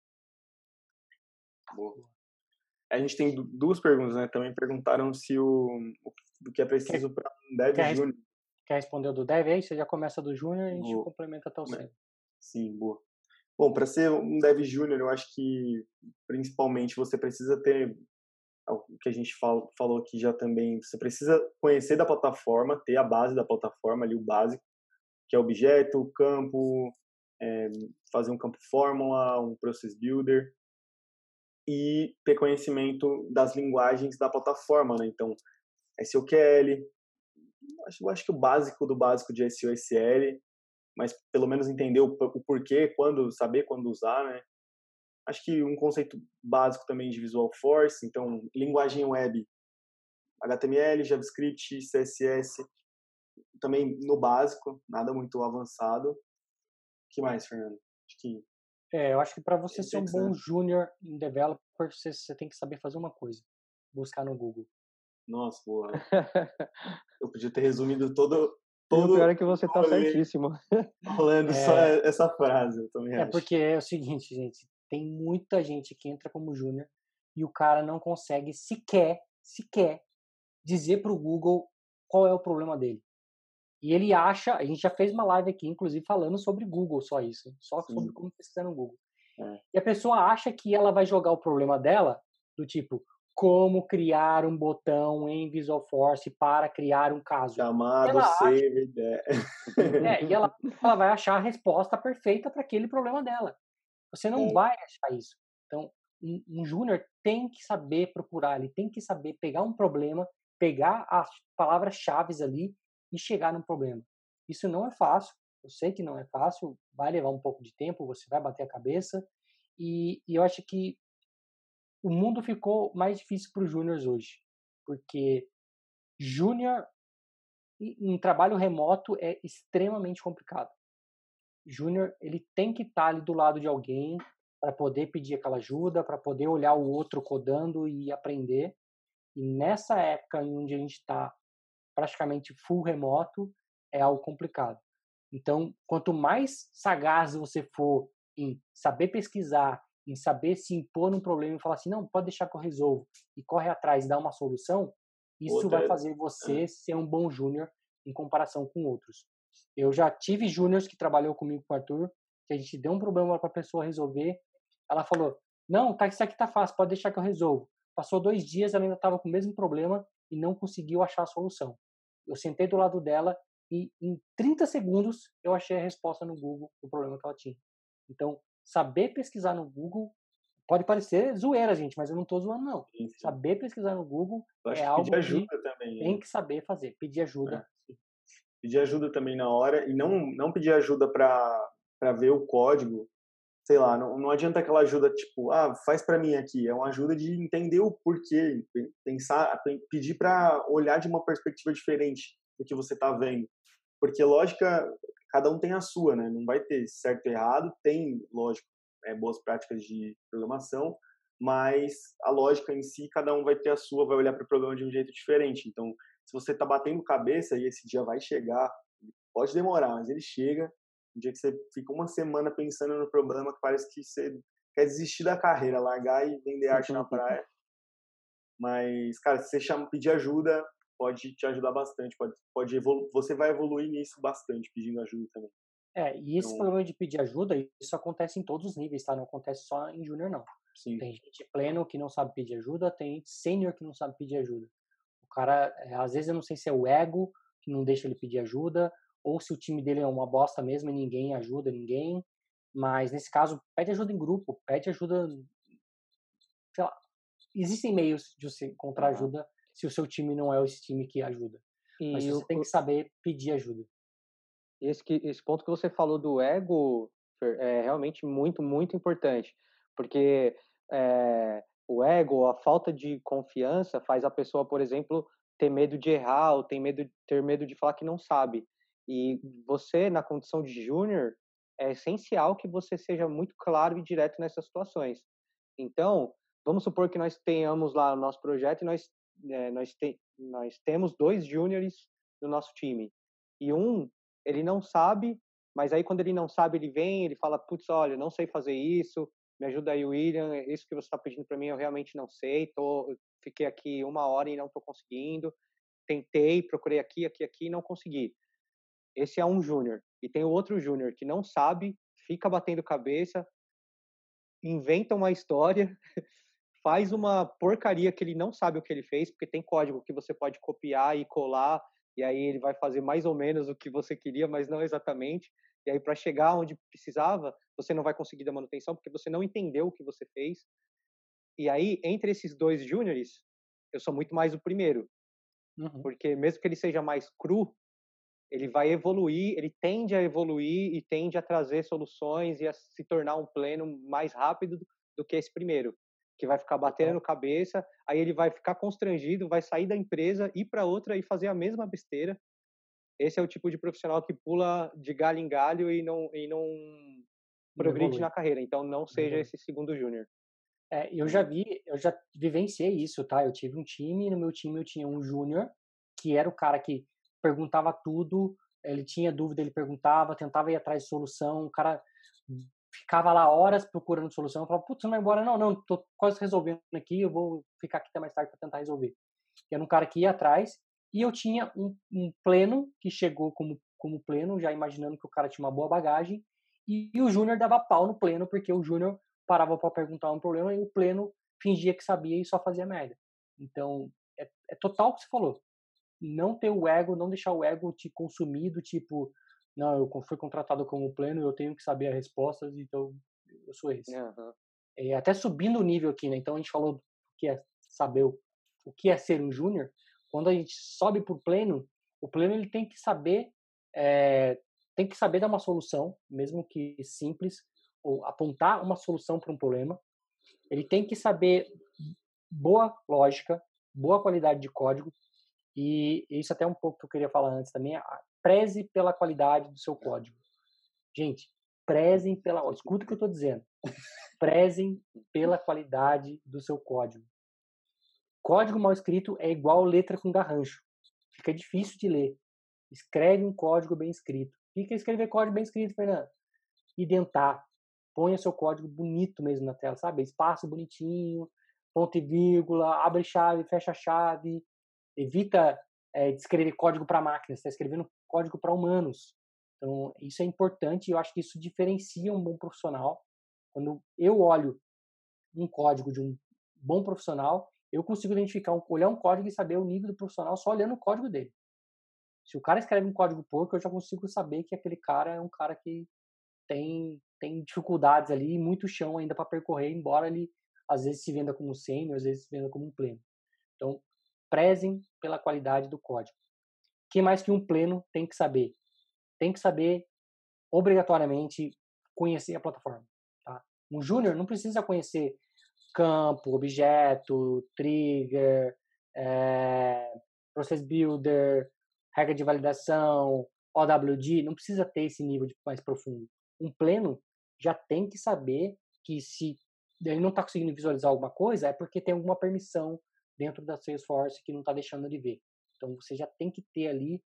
C: Boa. A gente tem du- duas perguntas, né? Também perguntaram se o, o o que é preciso para um dev
A: Quer, res-
C: júnior.
A: quer responder o do dev aí? Você já começa do júnior e a gente
C: Vou-
A: complementa até o
C: come-
A: sênior.
C: Sim, boa. Bom, para ser um dev júnior, eu acho que principalmente você precisa ter o que a gente fal- falou aqui já também. Você precisa conhecer da plataforma, ter a base da plataforma ali, o básico, que é objeto, campo, é, fazer um campo fórmula, um process builder e ter conhecimento das linguagens da plataforma, né? Então, S Q L, acho, eu acho que o básico do básico de S E O S L, mas pelo menos entender o, o porquê, quando, saber quando usar, né? Acho que um conceito básico também de Visual Force, então, linguagem web, H T M L, JavaScript, C S S, também no básico, nada muito avançado. O que mais, Fernando? Acho que
A: É, eu acho que para você ser um
C: basics,
A: bom
C: né?
A: júnior em developer, você, você tem que saber fazer uma coisa: buscar no Google.
C: Nossa, boa. Eu podia ter resumido todo,
B: E o
C: todo
B: pior é que você
C: o
B: tá
C: rolê
B: certíssimo.
C: falando só
A: É,
C: essa frase, eu também
A: é
C: acho.
A: porque é o seguinte, gente, tem muita gente que entra como júnior e o cara não consegue sequer, sequer dizer para o Google qual é o problema dele. E ele acha, a gente já fez uma live aqui, inclusive, falando sobre Google, só isso, hein? Só
C: Sim.
A: sobre como pesquisar no Google.
C: É.
A: E a pessoa acha que ela vai jogar o problema dela, do tipo, como criar um botão em Visual Force para criar um caso.
C: Chamado
A: Ela acha,
C: saved. É.
A: é, e ela, ela vai achar a resposta perfeita para aquele problema dela. Você não
C: É.
A: vai achar isso. Então, um, um júnior tem que saber procurar, ele tem que saber pegar um problema, pegar as palavras-chave ali e chegar no problema. Isso não é fácil, eu sei que não é fácil, vai levar um pouco de tempo, você vai bater a cabeça, e, e eu acho que o mundo ficou mais difícil para os júniors hoje, porque júnior em trabalho remoto é extremamente complicado. Júnior, ele tem que estar ali do lado de alguém para poder pedir aquela ajuda, para poder olhar o outro codando e aprender. E nessa época em onde a gente está praticamente full remoto, é algo complicado. Então, quanto mais sagaz você for em saber pesquisar em saber se impor num problema e falar assim, não, pode deixar que eu resolvo, e corre atrás e dá uma solução, isso
D: Outra,
A: vai fazer você ser um bom júnior em comparação com outros. Eu já tive júniors que trabalhou comigo com o Arthur, que a gente deu um problema para a pessoa resolver, ela falou, não, tá, isso aqui tá fácil, pode deixar que eu resolvo. Passou dois dias, ela ainda estava com o mesmo problema e não conseguiu achar a solução. Eu sentei do lado dela e em trinta segundos eu achei a resposta no Google do problema que ela tinha. Então, saber pesquisar no Google pode parecer zoeira, gente, mas eu não estou zoando, não.
D: sim, sim.
A: Saber pesquisar no Google
D: Eu acho
A: é
D: que
A: algo
D: pedir ajuda
A: que
D: também,
A: tem
D: né?
A: que saber fazer. Pedir ajuda.
D: É. Pedir ajuda também na hora e não, não pedir ajuda para ver o código. Sei lá, não, não adianta aquela ajuda tipo, ah, faz para mim aqui. É uma ajuda de entender o porquê, pensar, pedir para olhar de uma perspectiva diferente do que você está vendo. Porque lógica, cada um tem a sua, né? Não vai ter certo e errado. Tem, lógico, é, boas práticas de programação, mas a lógica em si, cada um vai ter a sua, vai olhar para o problema de um jeito diferente. Então, se você está batendo cabeça e esse dia vai chegar, pode demorar, mas ele chega. Um dia que você fica uma semana pensando no problema, que parece que você quer desistir da carreira, largar e vender arte na praia. Mas, cara, se você chama, pedir ajuda, pode te ajudar bastante. Pode, pode evolu- você vai evoluir nisso bastante, pedindo ajuda também.
A: É, e esse
D: Então,
A: problema de pedir ajuda, isso acontece em todos os níveis, tá? Não acontece só em júnior, não.
D: sim.
A: Tem gente pleno que não sabe pedir ajuda, tem gente sênior que não sabe pedir ajuda. O cara, é, às vezes eu não sei se é o ego que não deixa ele pedir ajuda, ou se o time dele é uma bosta mesmo e ninguém ajuda ninguém. Mas nesse caso, pede ajuda em grupo, pede ajuda, sei lá. Existem meios de você encontrar
B: Uhum.
A: ajuda se o seu time não é esse time que ajuda. Mas
B: E
A: você
B: o,
A: tem que saber pedir ajuda.
B: esse, que, esse ponto que você falou do ego Fer, é realmente muito, muito importante, porque é, o ego, a falta de confiança faz a pessoa, por exemplo, ter medo de errar ou ter medo, ter medo de falar que não sabe. E você, na condição de júnior, é essencial que você seja muito claro e direto nessas situações. Então, vamos supor que nós tenhamos lá o nosso projeto e nós, é, nós, te, nós temos dois júniores no nosso time. E um, ele não sabe, mas aí quando ele não sabe, ele vem, ele fala, putz, olha, não sei fazer isso, me ajuda aí, William, isso que você está pedindo para mim eu realmente não sei, tô, fiquei aqui uma hora e não estou conseguindo, tentei, procurei aqui, aqui, aqui e não consegui. Esse é um júnior. E tem o outro júnior que não sabe, fica batendo cabeça, inventa uma história, faz uma porcaria que ele não sabe o que ele fez, porque tem código que você pode copiar e colar, e aí ele vai fazer mais ou menos o que você queria, mas não exatamente. E aí, para chegar onde precisava, você não vai conseguir dar manutenção, porque você não entendeu o que você fez. E aí, entre esses dois júniores, eu sou muito mais o primeiro.
A: Uhum.
B: Porque mesmo que ele seja mais cru, ele vai evoluir, ele tende a evoluir e tende a trazer soluções e a se tornar um pleno mais rápido do que esse primeiro, que vai ficar batendo cabeça, aí ele vai ficar constrangido, vai sair da empresa, ir para outra e fazer a mesma besteira. Esse é o tipo de profissional que pula de galho em galho e não, e não progride na carreira. Então, não seja esse segundo júnior.
A: É, eu já vi, eu já vivenciei isso, tá? Eu tive um time, e no meu time eu tinha um júnior, que era o cara que perguntava tudo, ele tinha dúvida, ele perguntava, tentava ir atrás de solução, o cara ficava lá horas procurando solução, eu falava, putz, não vai embora, não, não, tô quase resolvendo aqui, eu vou ficar aqui até mais tarde para tentar resolver. Era um cara que ia atrás, e eu tinha um, um pleno, que chegou como, como pleno, já imaginando que o cara tinha uma boa bagagem, e, e o júnior dava pau no pleno, porque o júnior parava para perguntar um problema e o pleno fingia que sabia e só fazia merda. Então, é, é total o que você falou. Não ter o ego, não deixar o ego te consumir do tipo, não, eu fui contratado como pleno, eu tenho que saber as respostas, então eu sou esse.
B: Uhum.
A: É, até subindo o nível aqui, né? Então a gente falou do que é saber o, o que é ser um júnior. Quando a gente sobe para o pleno, o pleno ele tem que saber, é, tem que saber dar uma solução, mesmo que simples, ou apontar uma solução para um problema. Ele tem que saber boa lógica, boa qualidade de código, e isso até um pouco que eu queria falar antes também, preze pela qualidade do seu código. Gente, prezem pela... Escuta o que eu estou dizendo. Prezem pela qualidade do seu código. Código mal escrito é igual letra com garrancho. Fica difícil de ler. Escreve um código bem escrito. O que é escrever código bem escrito, Fernando? Identar. ponha seu código bonito mesmo na tela, sabe? Espaço bonitinho, ponto e vírgula, abre chave, fecha chave, evita é, de escrever código para máquinas, está escrevendo código para humanos. Então, isso é importante e eu acho que isso diferencia um bom profissional. Quando eu olho um código de um bom profissional, eu consigo identificar, olhar um código e saber o nível do profissional só olhando o código dele. Se o cara escreve um código porco, eu já consigo saber que aquele cara é um cara que tem, tem dificuldades ali, muito chão ainda para percorrer, embora ele às vezes se venda como um sênior, às vezes se venda como um pleno. Então, prezem pela qualidade do código. O que mais que um pleno tem que saber? Tem que saber, obrigatoriamente, conhecer a plataforma. Tá? Um júnior não precisa conhecer campo, objeto, trigger, é, process builder, regra de validação, O W D, não precisa ter esse nível de mais profundo. Um pleno já tem que saber que se ele não está conseguindo visualizar alguma coisa, é porque tem alguma permissão dentro da Salesforce que não está deixando ele ver. Então, você já tem que ter ali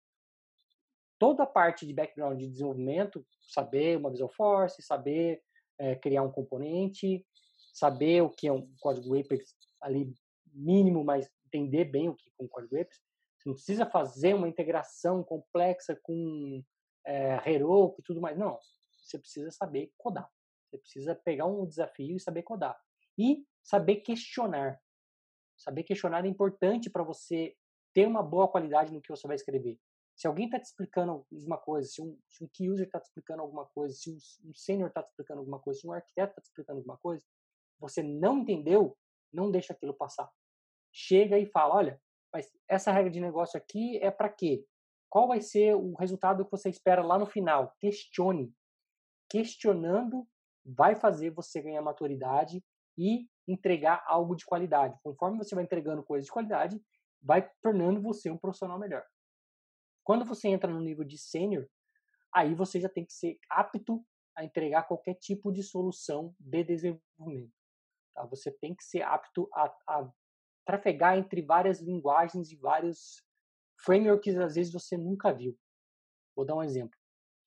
A: toda a parte de background de desenvolvimento, saber uma Visual Force, saber é, criar um componente, saber o que é um código Apex ali mínimo, mas entender bem o que é um código Apex. Você não precisa fazer uma integração complexa com é, Heroku e tudo mais. Não, você precisa saber codar. Você precisa pegar um desafio e saber codar. E saber questionar. Saber questionar é importante para você ter uma boa qualidade no que você vai escrever. Se alguém está te explicando alguma coisa, se um, se um key user está te explicando alguma coisa, se um, um sênior está te explicando alguma coisa, se um arquiteto está te explicando alguma coisa, você não entendeu, não deixa aquilo passar. Chega e fala, olha, mas essa regra de negócio aqui é para quê? Qual vai ser o resultado que você espera lá no final? Questione. Questionando vai fazer você ganhar maturidade e entregar algo de qualidade. Conforme você vai entregando coisas de qualidade, vai tornando você um profissional melhor. Quando você entra no nível de sênior, aí você já tem que ser apto a entregar qualquer tipo de solução de desenvolvimento. Tá? Você tem que ser apto a, a trafegar entre várias linguagens e vários frameworks que às vezes você nunca viu. Vou dar um exemplo.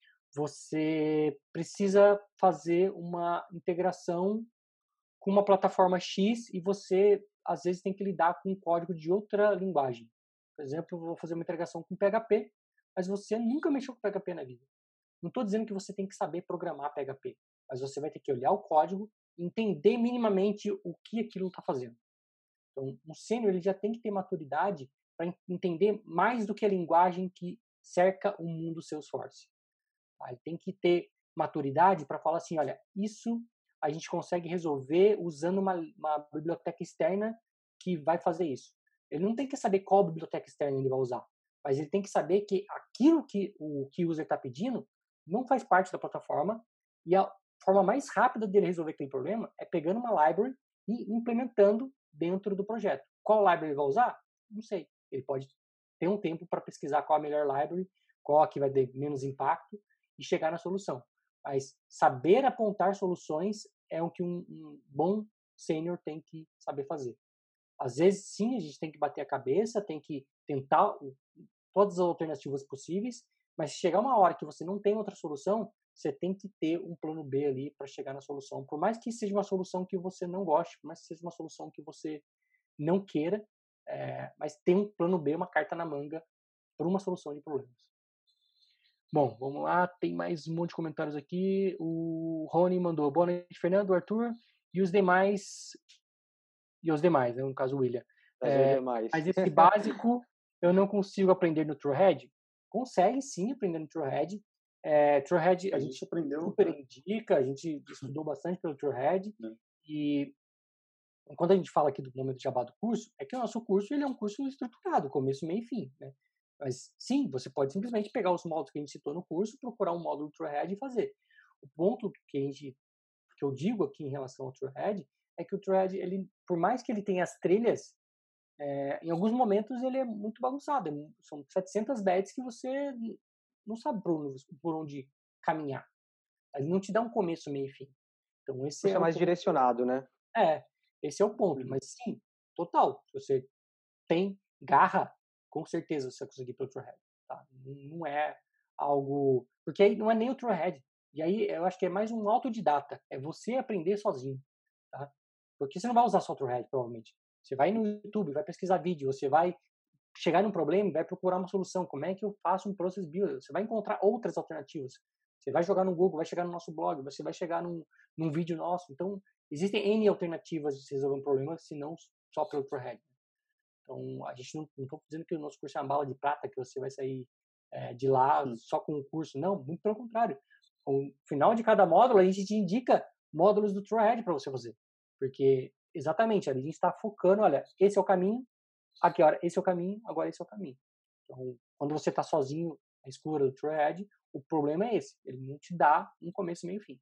A: Você precisa fazer uma integração com uma plataforma X e você às vezes tem que lidar com um código de outra linguagem. Por exemplo, eu vou fazer uma integração com P H P, mas você nunca mexeu com P H P na vida. Não estou dizendo que você tem que saber programar P H P, mas você vai ter que olhar o código e entender minimamente o que aquilo está fazendo. Então, um sênior ele já tem que ter maturidade para entender mais do que a linguagem que cerca o mundo Salesforce. Tá? Ele tem que ter maturidade para falar assim, olha, isso a gente consegue resolver usando uma, uma biblioteca externa que vai fazer isso. Ele não tem que saber qual biblioteca externa ele vai usar, mas ele tem que saber que aquilo que o key user está pedindo não faz parte da plataforma e a forma mais rápida dele resolver aquele problema é pegando uma library e implementando dentro do projeto. Qual library ele vai usar? Não sei. Ele pode ter um tempo para pesquisar qual a melhor library, qual a que vai ter menos impacto e chegar na solução. Mas saber apontar soluções é o que um, um bom sênior tem que saber fazer. Às vezes, sim, a gente tem que bater a cabeça, tem que tentar todas as alternativas possíveis, mas se chegar uma hora que você não tem outra solução, você tem que ter um plano B ali para chegar na solução. Por mais que seja uma solução que você não goste, por mais que seja uma solução que você não queira, é, mas tem um plano B, uma carta na manga para uma solução de problemas. Bom, vamos lá, tem mais um monte de comentários aqui. O Rony mandou, boa noite, Fernando, Arthur, e os demais, e os demais, né, no caso o William.
B: Mas,
A: É,
B: demais.
A: mas esse básico eu não consigo aprender no Truehead? Consegue sim aprender no Truehead. É, Truehead a, a gente, gente aprendeu, super né? indica, a gente estudou bastante pelo Truehead, é. E quando a gente fala aqui do momento de jabá do curso, é que o nosso curso ele é um curso estruturado, começo, meio e fim, né? Mas sim, você pode simplesmente pegar os módulos que a gente citou no curso, procurar um módulo Truehead e fazer. O ponto que a gente, que eu digo aqui em relação ao Truehead é que o Truehead, ele, por mais que ele tenha as trilhas, é, em alguns momentos ele é muito bagunçado. São setecentas bets que você não sabe por, por onde caminhar. Ele não te dá um começo, meio e fim. Então esse
B: Isso é,
A: é
B: mais
A: ponto.
B: Direcionado, né?
A: É, esse é o ponto. Uhum. Mas sim, total. Se você tem garra, com certeza você vai conseguir pelo Truehead. Tá? Não é algo... Porque aí não é nem o Truehead. E aí eu acho que é mais um autodidata, é você aprender sozinho, tá? Porque você não vai usar só o Trailhead, provavelmente. Você vai no YouTube, vai pesquisar vídeo, você vai chegar num problema e vai procurar uma solução. Como é que eu faço um process builder? Você vai encontrar outras alternativas. Você vai jogar no Google, vai chegar no nosso blog, você vai chegar num, num vídeo nosso. Então, existem N alternativas de se resolver um problema, se não só pelo Trailhead. Então, a gente não estou dizendo que o nosso curso é uma bala de prata, que você vai sair é, de lá Sim. só com o curso. Não, muito pelo contrário. No final de cada módulo, a gente te indica módulos do Trailhead para você fazer. Porque, exatamente, a gente está focando, olha, esse é o caminho, aqui, olha, esse é o caminho, agora esse é o caminho. Então, quando você está sozinho na escura do Trailhead, o problema é esse. Ele não te dá um começo, meio e fim.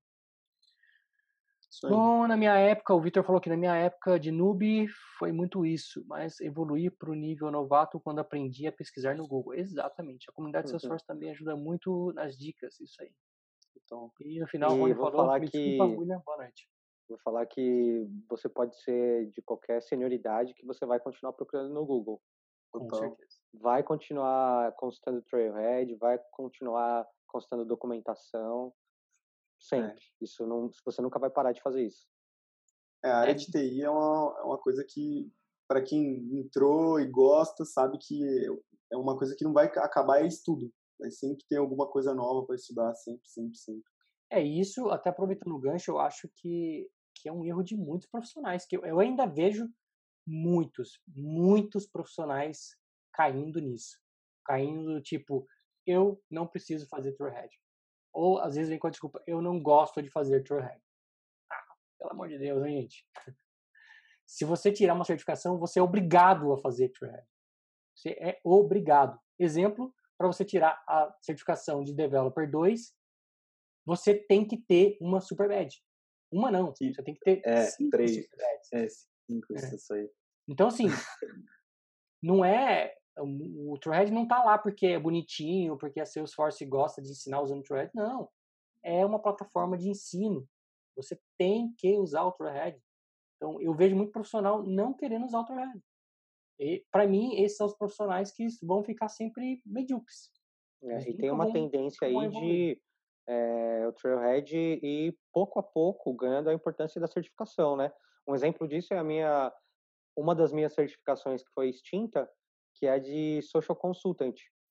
A: Bom, na minha época, o Victor falou que na minha época de noob foi muito isso, mas evoluí para o nível novato quando aprendi a pesquisar no Google. Exatamente. A comunidade uhum. Salesforce também ajuda muito nas dicas, isso aí. Então, e no final, o Rony falou,
B: falar
A: me
B: que...
A: desculpa, William, boa noite.
B: Vou falar que você pode ser de qualquer senioridade que você vai continuar procurando no Google.
A: Com então, certeza.
B: Vai continuar consultando Trailhead, vai continuar consultando documentação, sempre. É. Isso não, você nunca vai parar de fazer isso.
C: É, a área é. de T I é uma, é uma coisa que, para quem entrou e gosta, sabe que é uma coisa que não vai acabar é estudo. Vai sempre ter alguma coisa nova para estudar, sempre, sempre, sempre.
A: É isso, até aproveitando o gancho, eu acho que, que é um erro de muitos profissionais, que eu, eu ainda vejo muitos, muitos profissionais caindo nisso. Caindo, tipo, eu não preciso fazer Trailhead. Ou, às vezes, vem com a desculpa, eu não gosto de fazer Trailhead. Ah, pelo amor de Deus, hein, gente? Se você tirar uma certificação, você é obrigado a fazer Trailhead. Você é obrigado. Exemplo, para você tirar a certificação de Developer dois, você tem que ter uma Super Badge. Uma não, você tem que ter
D: é,
A: cinco
D: três,
A: Super Badges.
D: É, cinco, é. Isso aí.
A: Então, assim, não é... O, o Trailhead não tá lá porque é bonitinho, porque a Salesforce gosta de ensinar usando o Trailhead. Não. É uma plataforma de ensino. Você tem que usar o Trailhead. Então, eu vejo muito profissional não querendo usar o Trailhead. E, para mim, esses são os profissionais que vão ficar sempre medíocres.
B: É, e tem uma vão, tendência aí de é, o Trailhead ir pouco a pouco ganhando a importância da certificação, né? Um exemplo disso é a minha, uma das minhas certificações que foi extinta, que é de Social Consultant,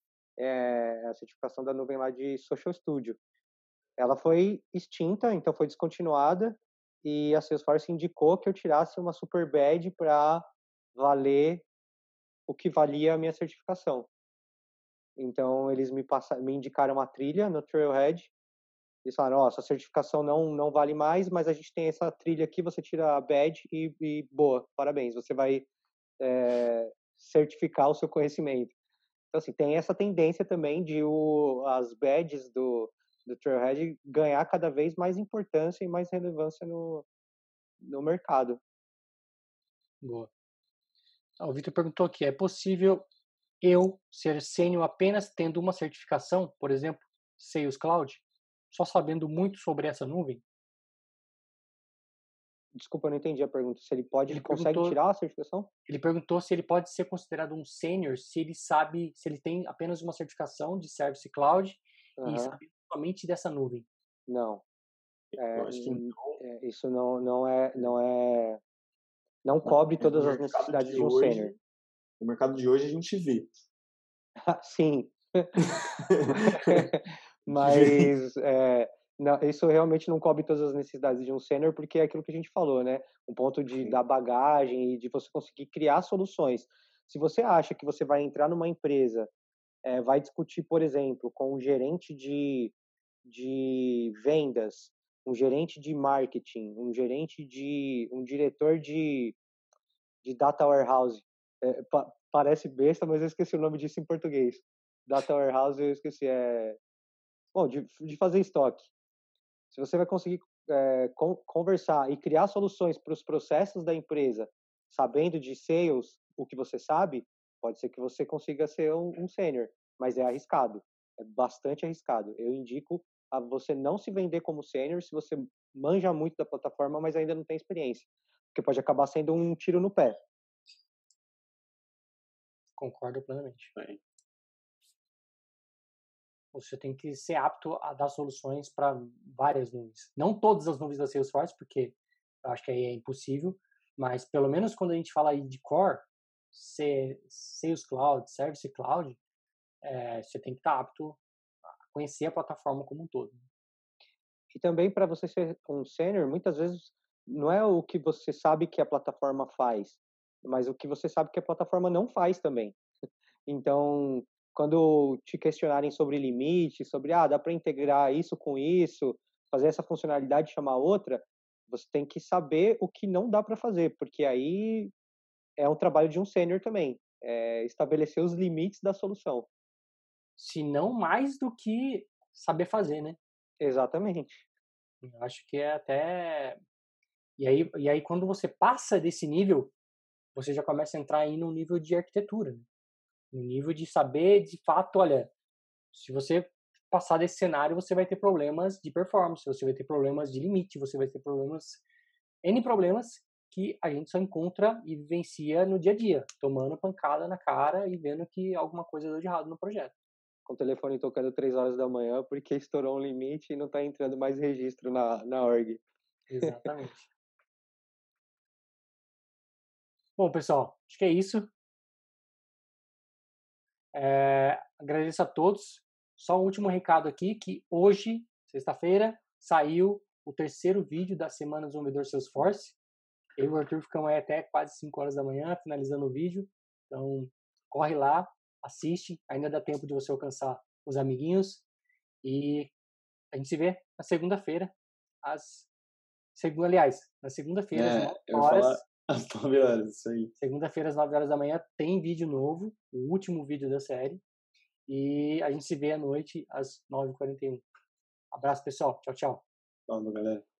B: é a certificação da nuvem lá de Social Studio. Ela foi extinta, então foi descontinuada, e a Salesforce indicou que eu tirasse uma Super Badge para valer o que valia a minha certificação. Então, eles me, passaram, me indicaram uma trilha no Trailhead. Eles falaram, ó, oh, sua certificação não, não vale mais, mas a gente tem essa trilha aqui, você tira a badge e, e boa, parabéns, você vai é, certificar o seu conhecimento. Então, assim, tem essa tendência também de o, as badges do, do Trailhead ganhar cada vez mais importância e mais relevância no, no mercado.
A: Boa. Ah, o Victor perguntou aqui, é possível eu ser sênior apenas tendo uma certificação, por exemplo, Sales Cloud, só sabendo muito sobre essa nuvem?
B: Desculpa, eu não entendi a pergunta. Se ele pode, ele consegue tirar a certificação?
A: Ele perguntou se ele pode ser considerado um sênior se ele sabe, se ele tem apenas uma certificação de Service Cloud uhum. e sabe somente dessa nuvem.
B: Não. É, eu acho que não. É, isso não, não é, não é, não cobre todas as necessidades de, de um sênior.
D: No mercado de hoje a gente vê.
B: Sim. Mas é, não, isso realmente não cobre todas as necessidades de um sênior, porque é aquilo que a gente falou, né? Um ponto de Sim. da bagagem e de você conseguir criar soluções. Se você acha que você vai entrar numa empresa, é, vai discutir, por exemplo, com um gerente de, de vendas, um gerente de marketing, um gerente de... um diretor de, de data warehouse. É, pa, parece besta, mas eu esqueci o nome disso em português. Data warehouse eu esqueci, é... Bom, de, de fazer estoque. Se você vai conseguir é, con, conversar e criar soluções para os processos da empresa, sabendo de sales o que você sabe, pode ser que você consiga ser um, um sênior, mas é arriscado, é bastante arriscado. Eu indico a você não se vender como sênior se você manja muito da plataforma, mas ainda não tem experiência, porque pode acabar sendo um tiro no pé.
A: Concordo plenamente.
D: Bem.
A: você tem que ser apto a dar soluções para várias nuvens. Não todas as nuvens da Salesforce, porque eu acho que aí é impossível, mas pelo menos quando a gente fala aí de core, Sales Cloud, Service Cloud, é, você tem que estar apto a conhecer a plataforma como um todo.
B: E também para você ser um sênior, muitas vezes não é o que você sabe que a plataforma faz, mas o que você sabe que a plataforma não faz também. Então, quando te questionarem sobre limite, sobre, ah, dá para integrar isso com isso, fazer essa funcionalidade e chamar outra, você tem que saber o que não dá para fazer, porque aí é um trabalho de um sênior também, é estabelecer os limites da solução.
A: Se não mais do que saber fazer, né?
B: Exatamente.
A: Eu acho que é até... E aí, e aí quando você passa desse nível, você já começa a entrar aí no nível de arquitetura, né? No nível de saber, de fato, olha, se você passar desse cenário, você vai ter problemas de performance, você vai ter problemas de limite, você vai ter problemas, N problemas que a gente só encontra e vivencia no dia a dia, tomando pancada na cara e vendo que alguma coisa deu de errado no projeto.
B: Com o telefone tocando três horas da manhã porque estourou um limite e não está entrando mais registro na, na org.
A: Exatamente. Bom, pessoal, acho que é isso. É, agradeço a todos. Só um último recado aqui, que hoje, sexta-feira, saiu o terceiro vídeo da Semana do Desenvolvedor Salesforce. Eu e o Arthur ficamos aí até quase cinco horas da manhã finalizando o vídeo. Então, corre lá, assiste. Ainda dá tempo de você alcançar os amiguinhos. E a gente se vê na segunda-feira, às... Segunda, aliás, na segunda-feira, às
C: É,
A: nove
C: eu ia
A: horas.
C: falar às nove horas, isso aí.
A: Segunda-feira, às nove horas da manhã, tem vídeo novo, o último vídeo da série. E a gente se vê à noite, às nove e quarenta e um. Abraço, pessoal. Tchau, tchau.
C: Falou, galera.